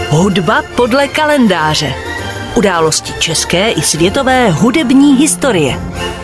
Hudba podle kalendáře. Události české i světové hudební historie.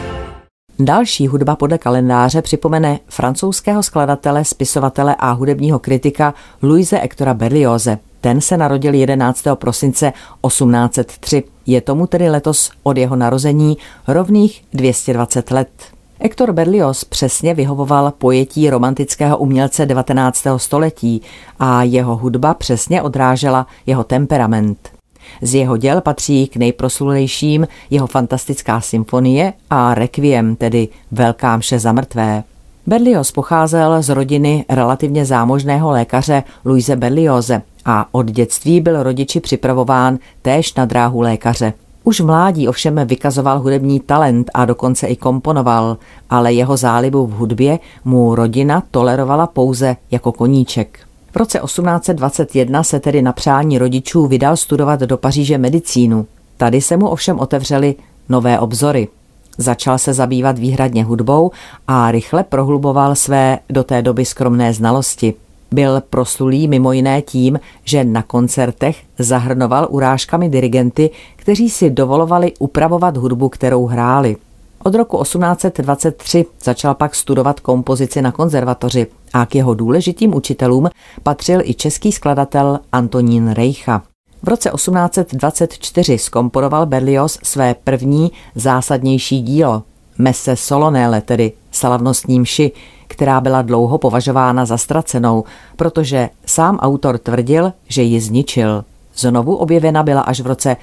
Další hudba podle kalendáře připomene francouzského skladatele, spisovatele a hudebního kritika Louise Hectora Berlioze. Ten se narodil 11. prosince 1803. Je tomu tedy letos od jeho narození rovných 220 let. Hector Berlioz přesně vyhovoval pojetí romantického umělce 19. století a jeho hudba přesně odrážela jeho temperament. Z jeho děl patří k nejproslulejším jeho fantastická symfonie a Requiem, tedy Velká mše za mrtvé. Berlioz pocházel z rodiny relativně zámožného lékaře Louise Berlioze a od dětství byl rodiči připravován též na dráhu lékaře. Už v mládí ovšem vykazoval hudební talent a dokonce i komponoval, ale jeho zálibu v hudbě mu rodina tolerovala pouze jako koníček. V roce 1821 se tedy na přání rodičů vydal studovat do Paříže medicínu. Tady se mu ovšem otevřely nové obzory. Začal se zabývat výhradně hudbou a rychle prohluboval své do té doby skromné znalosti. Byl proslulý mimo jiné tím, že na koncertech zahrnoval urážkami dirigenty, kteří si dovolovali upravovat hudbu, kterou hráli. Od roku 1823 začal pak studovat kompozici na konzervatoři a k jeho důležitým učitelům patřil i český skladatel Antonín Rejcha. V roce 1824 zkomponoval Berlioz své první zásadnější dílo, Messe Solennelle, tedy slavnostní mši, která byla dlouho považována za ztracenou, protože sám autor tvrdil, že ji zničil. Znovu objevena byla až v roce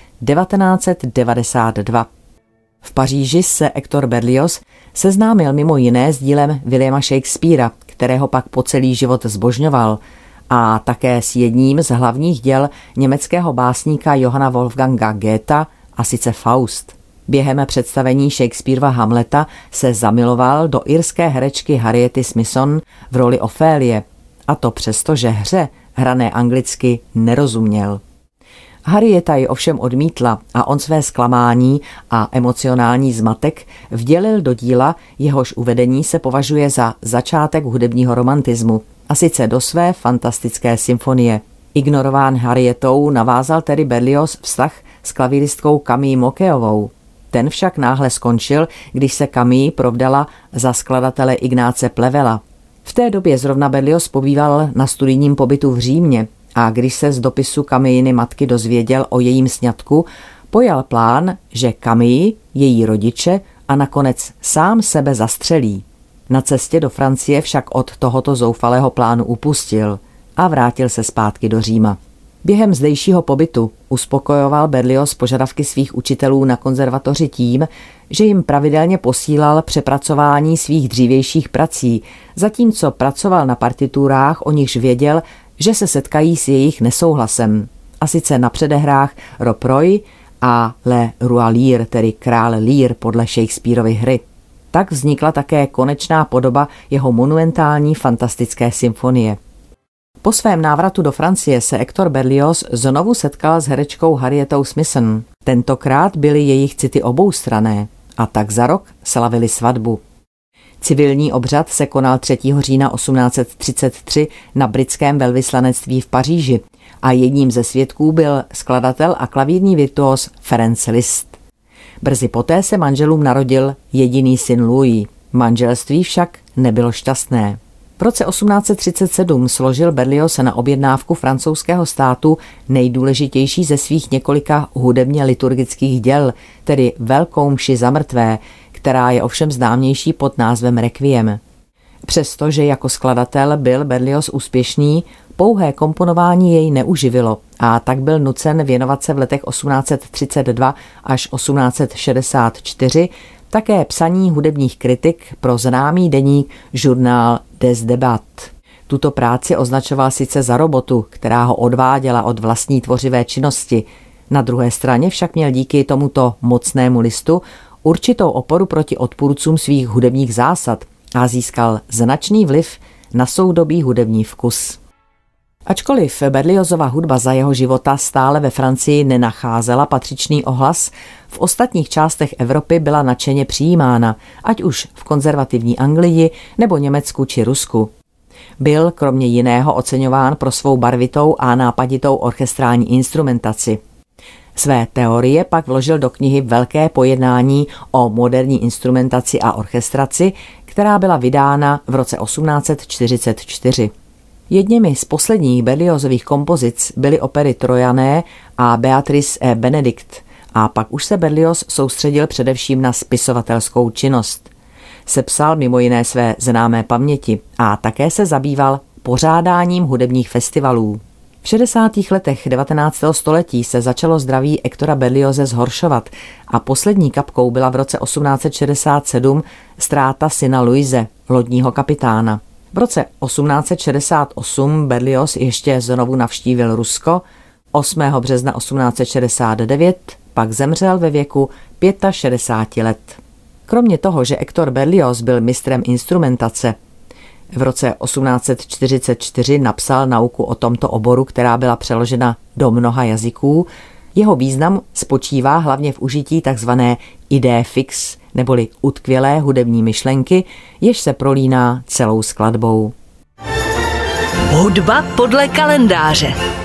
1992. V Paříži se Hector Berlioz seznámil mimo jiné s dílem Williama Shakespearea, kterého pak po celý život zbožňoval, a také s jedním z hlavních děl německého básníka Johanna Wolfganga Goetha, a sice Faust. Během představení Shakespearova Hamleta se zamiloval do irské herečky Harriety Smithson v roli Ofélie, a to přesto, že hře, hrané anglicky, nerozuměl. Harrieta ji ovšem odmítla a on své zklamání a emocionální zmatek vdělil do díla, jehož uvedení se považuje za začátek hudebního romantismu, a sice do své fantastické symfonie. Ignorován Harrietou navázal tedy Berlioz vztah s klavíristkou Camille Mokéovou. Ten však náhle skončil, když se Camille provdala za skladatele Ignáce Plevela. V té době zrovna Berlioz pobýval na studijním pobytu v Římě a když se z dopisu Camilliny matky dozvěděl o jejím sňatku, pojal plán, že Camille, její rodiče a nakonec sám sebe zastřelí. Na cestě do Francie však od tohoto zoufalého plánu upustil a vrátil se zpátky do Říma. Během zdejšího pobytu uspokojoval Berlioz požadavky svých učitelů na konzervatoři tím, že jim pravidelně posílal přepracování svých dřívějších prací, zatímco pracoval na partiturách, o nichž věděl, že se setkají s jejich nesouhlasem, a sice na předehrách Rob Roy a Le Roi Lear, tedy Král Lear podle Shakespearovy hry. Tak vznikla také konečná podoba jeho monumentální fantastické symfonie. Po svém návratu do Francie se Hector Berlioz znovu setkal s herečkou Harrietou Smithson. Tentokrát byly jejich city oboustranné a tak za rok slavili svatbu. Civilní obřad se konal 3. října 1833 na britském velvyslanectví v Paříži a jedním ze svědků byl skladatel a klavírní virtuóz Ferenc Liszt. Brzy poté se manželům narodil jediný syn Louis. Manželství však nebylo šťastné. V roce 1837 složil Berlioz na objednávku francouzského státu nejdůležitější ze svých několika hudebně liturgických děl, tedy Velkou mši za mrtvé, která je ovšem známější pod názvem Requiem. Přestože jako skladatel byl Berlioz úspěšný, pouhé komponování jej neuživilo a tak byl nucen věnovat se v letech 1832 až 1864 také psaní hudebních kritik pro známý deník Journal des Débats. Tuto práci označoval sice za robotu, která ho odváděla od vlastní tvořivé činnosti. Na druhé straně však měl díky tomuto mocnému listu určitou oporu proti odpůrcům svých hudebních zásad a získal značný vliv na soudobý hudební vkus. Ačkoliv Berliozova hudba za jeho života stále ve Francii nenacházela patřičný ohlas, v ostatních částech Evropy byla nadšeně přijímána, ať už v konzervativní Anglii nebo Německu či Rusku. Byl kromě jiného oceňován pro svou barvitou a nápaditou orchestrální instrumentaci. Své teorie pak vložil do knihy Velké pojednání o moderní instrumentaci a orchestraci, která byla vydána v roce 1844. Jedněmi z posledních Berliozových kompozic byly opery Trojané a Beatrice et Benedict a pak už se Berlioz soustředil především na spisovatelskou činnost. Sepsal mimo jiné své známé paměti a také se zabýval pořádáním hudebních festivalů. V 60. letech 19. století se začalo zdraví Hectora Berlioze zhoršovat a poslední kapkou byla v roce 1867 ztráta syna Louise, lodního kapitána. V roce 1868 Berlioz ještě znovu navštívil Rusko, 8. března 1869 pak zemřel ve věku 65 let. Kromě toho, že Hector Berlioz byl mistrem instrumentace, v roce 1844 napsal nauku o tomto oboru, která byla přeložena do mnoha jazyků. Jeho význam spočívá hlavně v užití takzvané idée fixe, neboli utkvělé hudební myšlenky, jež se prolíná celou skladbou. Hudba podle kalendáře.